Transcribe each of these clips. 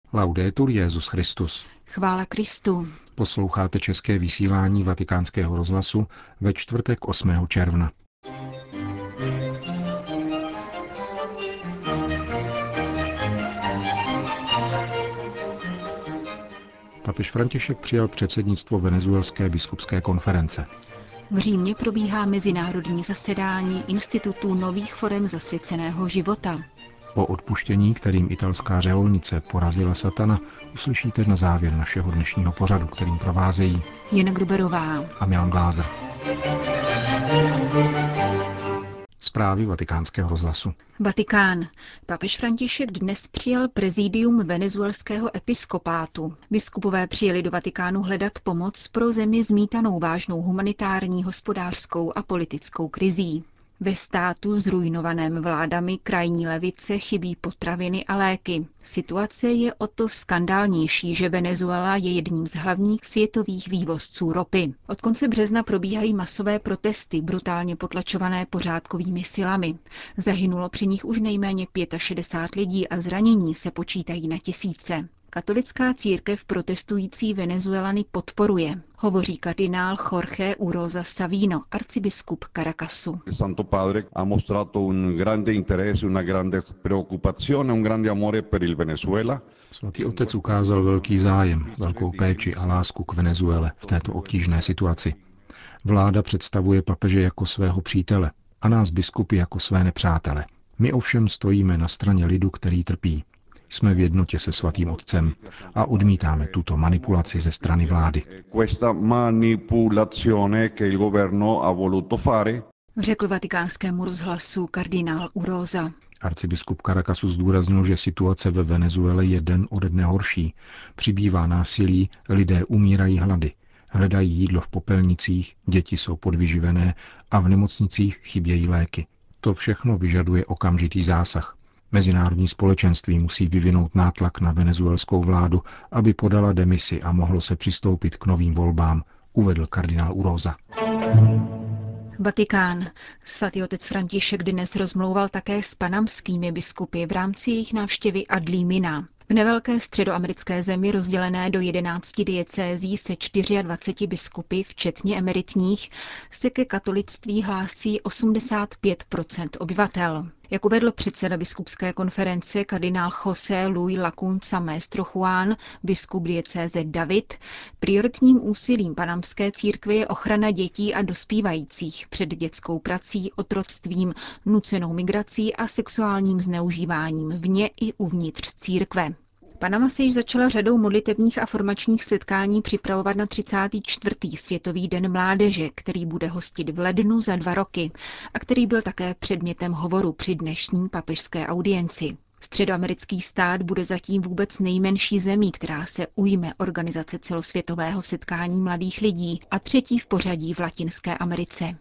Laudetur Jesus Christus. Chvála Kristu. Posloucháte české vysílání Vatikánského rozhlasu ve čtvrtek 8. června. Papež František přijal předsednictvo Venezuelské biskupské konference. V Římě probíhá mezinárodní zasedání Institutu nových forem zasvěceného života. O odpuštění, kterým italská řeholnice porazila satana, uslyšíte na závěr našeho dnešního pořadu, kterým provázejí Jana Gruberová a Milan Glázer. Zprávy Vatikánského rozhlasu. Vatikán. Papež František dnes přijal prezidium venezuelského episkopátu. Biskupové přijeli do Vatikánu hledat pomoc pro zemi zmítanou vážnou humanitární, hospodářskou a politickou krizí. Ve státu zruinovaném vládami krajní levice chybí potraviny a léky. Situace je o to skandálnější, že Venezuela je jedním z hlavních světových vývozců ropy. Od konce března probíhají masové protesty, brutálně potlačované pořádkovými silami. Zahynulo při nich už nejméně 65 lidí a zranění se počítají na tisíce. Katolická církev protestující Venezuelany podporuje, hovoří kardinál Jorge Uroza Savino, arcibiskup Caracasu. Svatý otec ukázal velký zájem, velkou péči a lásku k Venezuele v této obtížné situaci. Vláda představuje papeže jako svého přítele a nás biskupy jako své nepřátele. My ovšem stojíme na straně lidu, který trpí. Jsme v jednotě se svatým otcem a odmítáme tuto manipulaci ze strany vlády. Řekl Vatikánskému rozhlasu kardinál Uroza. Arcibiskup Caracasu zdůraznil, že situace ve Venezuele je den ode dne horší. Přibývá násilí, lidé umírají hlady, hledají jídlo v popelnicích, děti jsou podvyživené a v nemocnicích chybějí léky. To všechno vyžaduje okamžitý zásah. Mezinárodní společenství musí vyvinout nátlak na venezuelskou vládu, aby podala demisi a mohlo se přistoupit k novým volbám, uvedl kardinál Uroza. Vatikán. Svatý otec František dnes rozmlouval také s panamskými biskupy v rámci jejich návštěvy Adlí Mina. V nevelké středoamerické zemi rozdělené do 11 diecézí se 24 biskupy, včetně emeritních, se ke katolictví hlásí 85% obyvatel. Jak uvedl předseda biskupské konference kardinál José Luis Lacunza Maestro Juan, biskup diecéze David, prioritním úsilím panamské církve je ochrana dětí a dospívajících před dětskou prací, otroctvím, nucenou migrací a sexuálním zneužíváním vně i uvnitř církve. Panama se již začala řadou modlitebních a formačních setkání připravovat na 34. Světový den mládeže, který bude hostit v lednu za 2 roky a který byl také předmětem hovoru při dnešní papežské audienci. Středoamerický stát bude zatím vůbec nejmenší zemí, která se ujme organizace celosvětového setkání mladých lidí a 3. v pořadí v Latinské Americe.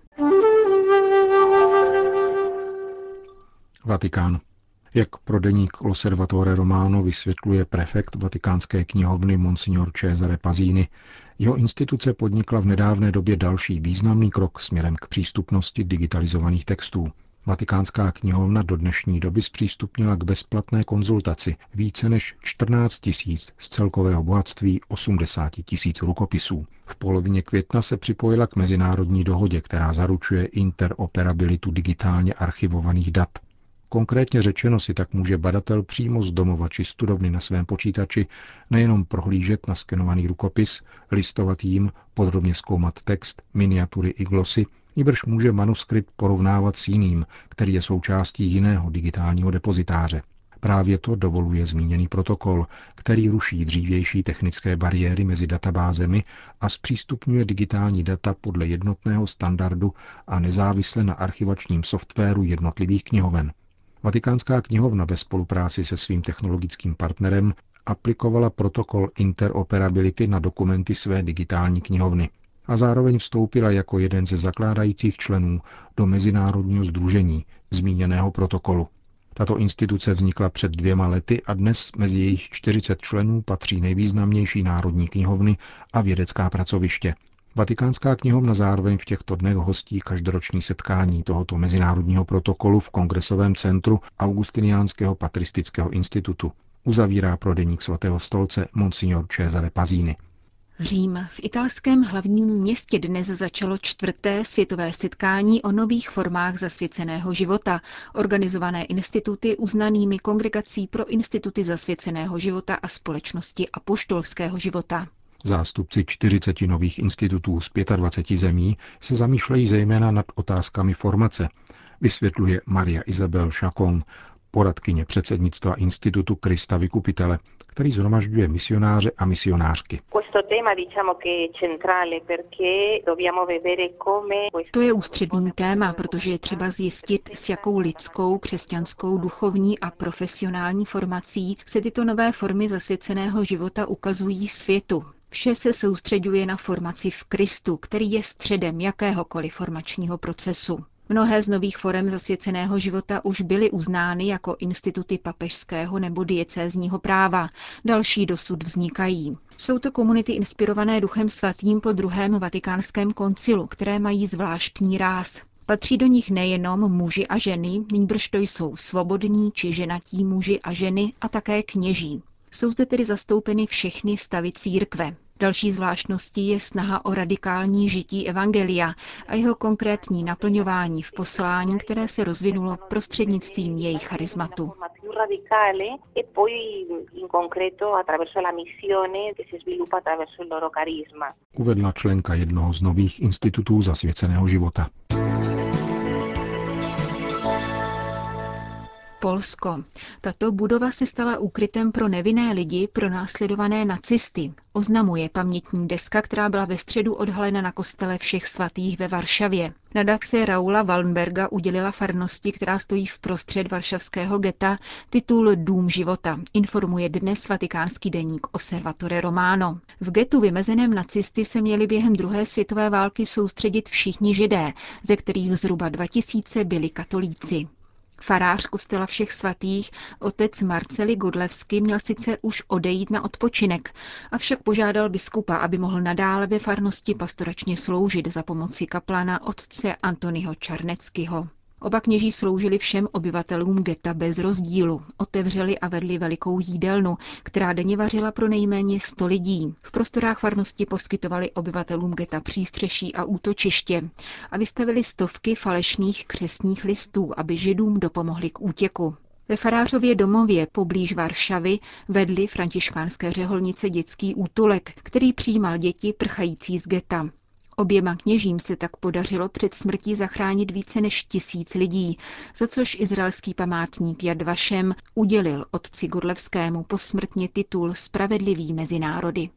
Vatikán. Jak pro deník L'Osservatore Romano vysvětluje prefekt vatikánské knihovny Monsignor Cesare Pasini, jeho instituce podnikla v nedávné době další významný krok směrem k přístupnosti digitalizovaných textů. Vatikánská knihovna do dnešní doby zpřístupnila k bezplatné konzultaci více než 14 000 z celkového bohatství 80 000 rukopisů. V polovině května se připojila k mezinárodní dohodě, která zaručuje interoperabilitu digitálně archivovaných dat. Konkrétně řečeno si tak může badatel přímo z domova či studovny na svém počítači nejenom prohlížet naskenovaný rukopis, listovat jím, podrobně zkoumat text, miniatury i glosy, nýbrž může manuskript porovnávat s jiným, který je součástí jiného digitálního depozitáře. Právě to dovoluje zmíněný protokol, který ruší dřívější technické bariéry mezi databázemi a zpřístupňuje digitální data podle jednotného standardu a nezávisle na archivačním softwaru jednotlivých knihoven. Vatikánská knihovna ve spolupráci se svým technologickým partnerem aplikovala protokol interoperability na dokumenty své digitální knihovny a zároveň vstoupila jako jeden ze zakládajících členů do mezinárodního sdružení zmíněného protokolu. Tato instituce vznikla před 2 lety a dnes mezi jejich 40 členů patří nejvýznamnější národní knihovny a vědecká pracoviště. Vatikánská knihovna zároveň v těchto dnech hostí každoroční setkání tohoto mezinárodního protokolu v Kongresovém centru Augustiniánského patristického institutu. uzavírá pro deník Svatého stolce monsignor Cesare Pasini. Řím. V italském hlavním městě dnes začalo 4. světové setkání o nových formách zasvěceného života, organizované instituty uznanými Kongregací pro instituty zasvěceného života a společnosti apoštolského života. Zástupci 40 nových institutů z 25 zemí se zamýšlejí zejména nad otázkami formace, vysvětluje Maria Isabel Chacon, poradkyně předsednictva Institutu Krista Vykupitele, který shromažďuje misionáře a misionářky. To je ústřední téma, protože je třeba zjistit, s jakou lidskou, křesťanskou, duchovní a profesionální formací se tyto nové formy zasvěceného života ukazují světu. Vše se soustřeďuje na formaci v Kristu, který je středem jakéhokoliv formačního procesu. Mnohé z nových forem zasvěceného života už byly uznány jako instituty papežského nebo diecézního práva. Další dosud vznikají. Jsou to komunity inspirované Duchem svatým po druhém vatikánském koncilu, které mají zvláštní ráz. Patří do nich nejenom muži a ženy, nýbrž to jsou svobodní či ženatí muži a ženy a také kněží. Jsou zde tedy zastoupeny všechny stavy církve. Další zvláštností je snaha o radikální žití evangelia a jeho konkrétní naplňování v poslání, které se rozvinulo prostřednictvím jejich charizmatu. Uvedla členka jednoho z nových institutů zasvěceného života. Polsko. Tato budova se stala úkrytem pro nevinné lidi pronásledované nacisty, oznamuje pamětní deska, která byla ve středu odhalena na kostele Všech svatých ve Varšavě. Nadace Raula Wallenberga udělila farnosti, která stojí vprostřed varšavského geta, titul Dům života, informuje dnes vatikánský deník Osservatore Romano. V getu vymezeném nacisty se měli během druhé světové války soustředit všichni Židé, ze kterých zhruba 2000 byli katolíci. Farář kostela Všech svatých, otec Marceli Godlevsky, měl sice už odejít na odpočinek, avšak požádal biskupa, aby mohl nadále ve farnosti pastoračně sloužit za pomoci kaplana otce Antonyho Čarneckého. Oba kněží sloužili všem obyvatelům geta bez rozdílu. Otevřeli a vedli velikou jídelnu, která denně vařila pro nejméně 100 lidí. V prostorách farnosti poskytovali obyvatelům geta přístřeší a útočiště a vystavili stovky falešných křestních listů, aby Židům dopomohli k útěku. Ve farářově domově poblíž Varšavy vedli františkánské řeholnice dětský útulek, který přijímal děti prchající z geta. Oběma kněžím se tak podařilo před smrtí zachránit více než 1000 lidí, za což izraelský památník Yad Vashem udělil otci Godlevskému posmrtně titul Spravedlivý mezi národy.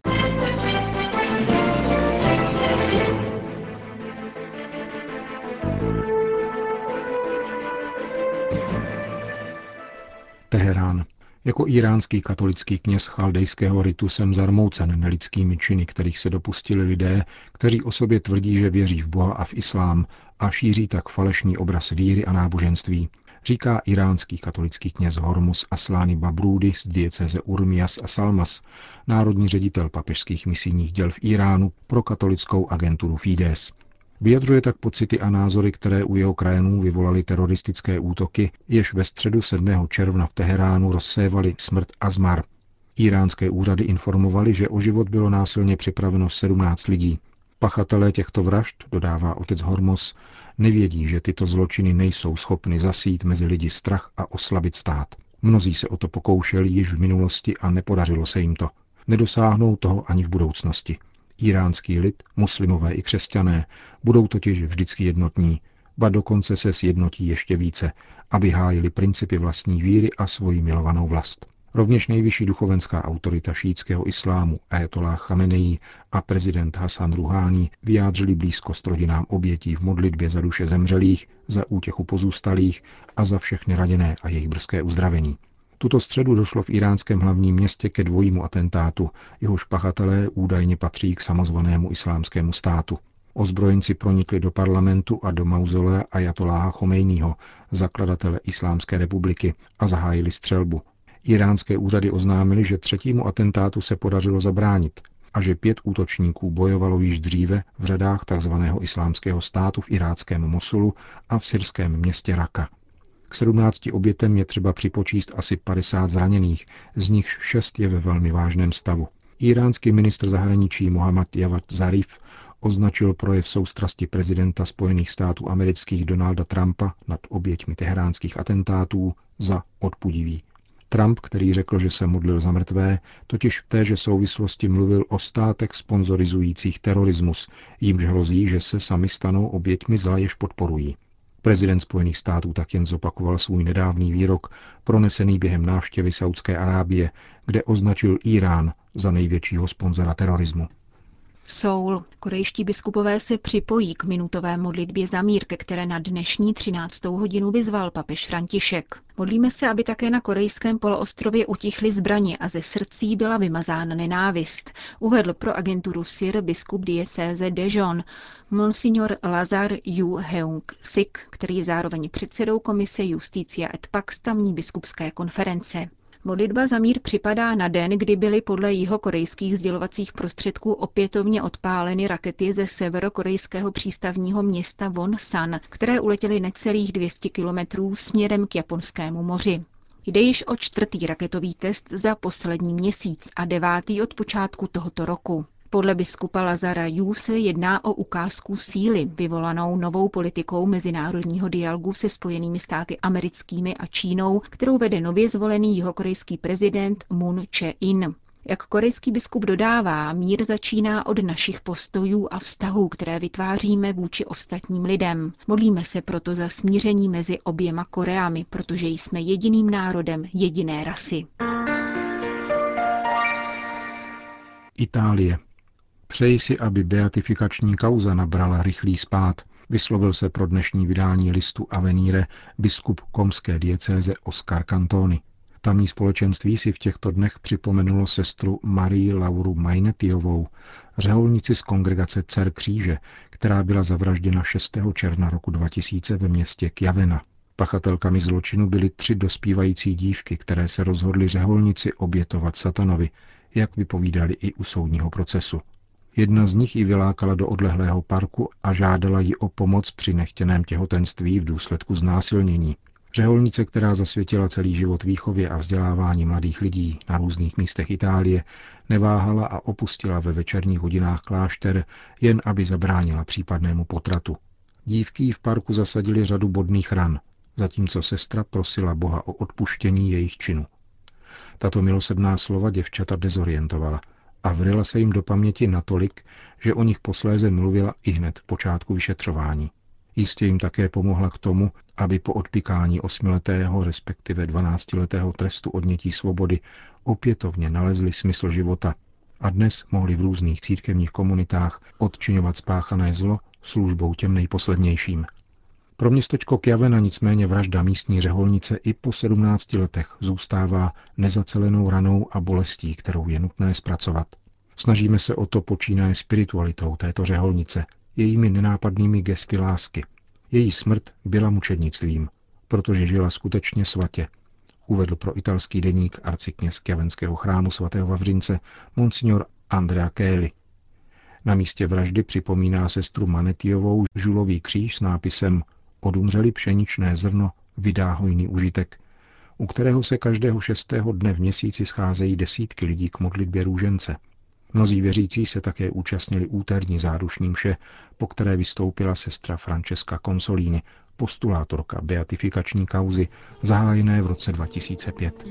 Teherán. Jako íránský katolický kněz chaldejského ritu jsem zarmoucen nelidskými činy, kterých se dopustili lidé, kteří o sobě tvrdí, že věří v Boha a v islám a šíří tak falešný obraz víry a náboženství, říká iránský katolický kněz Hormuz Asláni Babrúdy z diecéze Urmias a Salmas, národní ředitel papežských misijních děl v Iránu pro katolickou agenturu Fides. Vyjadřuje tak pocity a názory, které u jeho krajanů vyvolaly teroristické útoky, jež ve středu 7. června v Teheránu rozsévaly smrt Azmar. Íránské úřady informovaly, že o život bylo násilně připraveno 17 lidí. Pachatelé těchto vražd, dodává otec Hormos, nevědí, že tyto zločiny nejsou schopny zasít mezi lidi strach a oslabit stát. Mnozí se o to pokoušeli již v minulosti a nepodařilo se jim to. Nedosáhnou toho ani v budoucnosti. Iránský lid, muslimové i křesťané, budou totiž vždycky jednotní, ba dokonce se sjednotí ještě více, aby hájili principy vlastní víry a svoji milovanou vlast. Rovněž nejvyšší duchovenská autorita šíitského islámu Ajatolláh Chameneí a prezident Hasan Ruhání vyjádřili blízkost rodinám obětí v modlitbě za duše zemřelých, za útěchu pozůstalých a za všechny raněné a jejich brzké uzdravení. Tuto středu došlo v iránském hlavním městě ke dvojímu atentátu, jehož pachatelé údajně patří k samozvanému islámskému státu. Ozbrojenci pronikli do parlamentu a do mauzolea Ajatolláha Chomejního, zakladatele Islámské republiky, a zahájili střelbu. Iránské úřady oznámily, že třetímu atentátu se podařilo zabránit a že 5 útočníků bojovalo již dříve v řadách tzv. Islámského státu v iráckém Mosulu a v syrském městě Raka. K 17 obětem je třeba připočíst asi 50 zraněných, z nichž 6 je ve velmi vážném stavu. Íránský ministr zahraničí Mohammad Javad Zarif označil projev soustrasti prezidenta Spojených států amerických Donalda Trumpa nad oběťmi teheránských atentátů za odpudivý. Trump, který řekl, že se modlil za mrtvé, totiž v téže souvislosti mluvil o státech sponzorizujících terorismus, jímž hrozí, že se sami stanou oběťmi zla, jež podporují. Prezident Spojených států tak jen zopakoval svůj nedávný výrok, pronesený během návštěvy Saúdské Arábie, kde označil Írán za největšího sponzora terorismu. Soul. Korejští biskupové se připojí k minutové modlitbě za mír, ke které na dnešní 13. hodinu vyzval papež František. Modlíme se, aby také na korejském poloostrově utichly zbraně a ze srdcí byla vymazána nenávist, uvedl pro agenturu SIR biskup diecéze Daejeon, monsignor Lazar Yu Heung Sik, který je zároveň předsedou komise Justicia et Pax tamní biskupské konference. Modlitba za mír připadá na den, kdy byly podle jihokorejských sdělovacích prostředků opětovně odpáleny rakety ze severokorejského přístavního města Wonsan, které uletěly necelých 200 kilometrů směrem k Japonskému moři. Jde již o 4. raketový test za poslední měsíc a 9. od počátku tohoto roku. Podle biskupa Lazara Yu se jedná o ukázku síly, vyvolanou novou politikou mezinárodního dialogu se Spojenými státy americkými a Čínou, kterou vede nově zvolený jihokorejský prezident Moon Jae-in. Jak korejský biskup dodává, mír začíná od našich postojů a vztahů, které vytváříme vůči ostatním lidem. Modlíme se proto za smíření mezi oběma Koreami, protože jsme jediným národem jediné rasy. Itálie. Přeji si, aby beatifikační kauza nabrala rychlý spád, vyslovil se pro dnešní vydání listu Avenire biskup komské diecéze Oscar Cantoni. Tamní společenství si v těchto dnech připomenulo sestru Marii Lauru Mainetiovou, řeholnici z kongregace Dcer kříže, která byla zavražděna 6. června roku 2000 ve městě Chiavenna. Pachatelkami zločinu byly 3 dospívající dívky, které se rozhodly řeholnici obětovat satanovi, jak vypovídali i u soudního procesu. Jedna z nich ji vylákala do odlehlého parku a žádala ji o pomoc při nechtěném těhotenství v důsledku znásilnění. Řeholnice, která zasvětila celý život výchově a vzdělávání mladých lidí na různých místech Itálie, neváhala a opustila ve večerních hodinách klášter, jen aby zabránila případnému potratu. Dívky v parku zasadili řadu bodných ran, zatímco sestra prosila Boha o odpuštění jejich činu. Tato milosrdná slova děvčata dezorientovala a vryla se jim do paměti natolik, že o nich posléze mluvila i hned v počátku vyšetřování. Jistě jim také pomohla k tomu, aby po odpykání 8letého, respektive 12letého trestu odnětí svobody opětovně nalezli smysl života a dnes mohli v různých církevních komunitách odčiňovat spáchané zlo službou těm nejposlednějším. Pro městečko Chiavenna nicméně vražda místní řeholnice i po 17 letech zůstává nezacelenou ranou a bolestí, kterou je nutné zpracovat. Snažíme se o to počínaje spiritualitou této řeholnice, jejími nenápadnými gesty lásky. Její smrt byla mučednictvím, protože žila skutečně svatě, uvedl pro italský deník arcikněz Chiavenského chrámu svatého Vavřince monsignor Andrea Kelly. Na místě vraždy připomíná sestru Manetiovou žulový kříž s nápisem Odumřeli pšeničné zrno, vydá hojný užitek, u kterého se každého 6. dne v měsíci scházejí desítky lidí k modlitbě růžence. Mnozí věřící se také účastnili úterní zádušní mše, po které vystoupila sestra Francesca Consolini, postulátorka beatifikační kauzy, zahájené v roce 2005.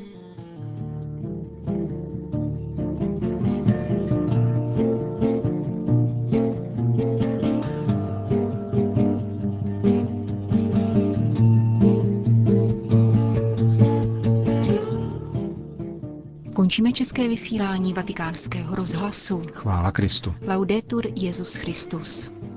Končíme české vysílání Vatikánského rozhlasu. Chvála Kristu. Laudetur Jesus Christus.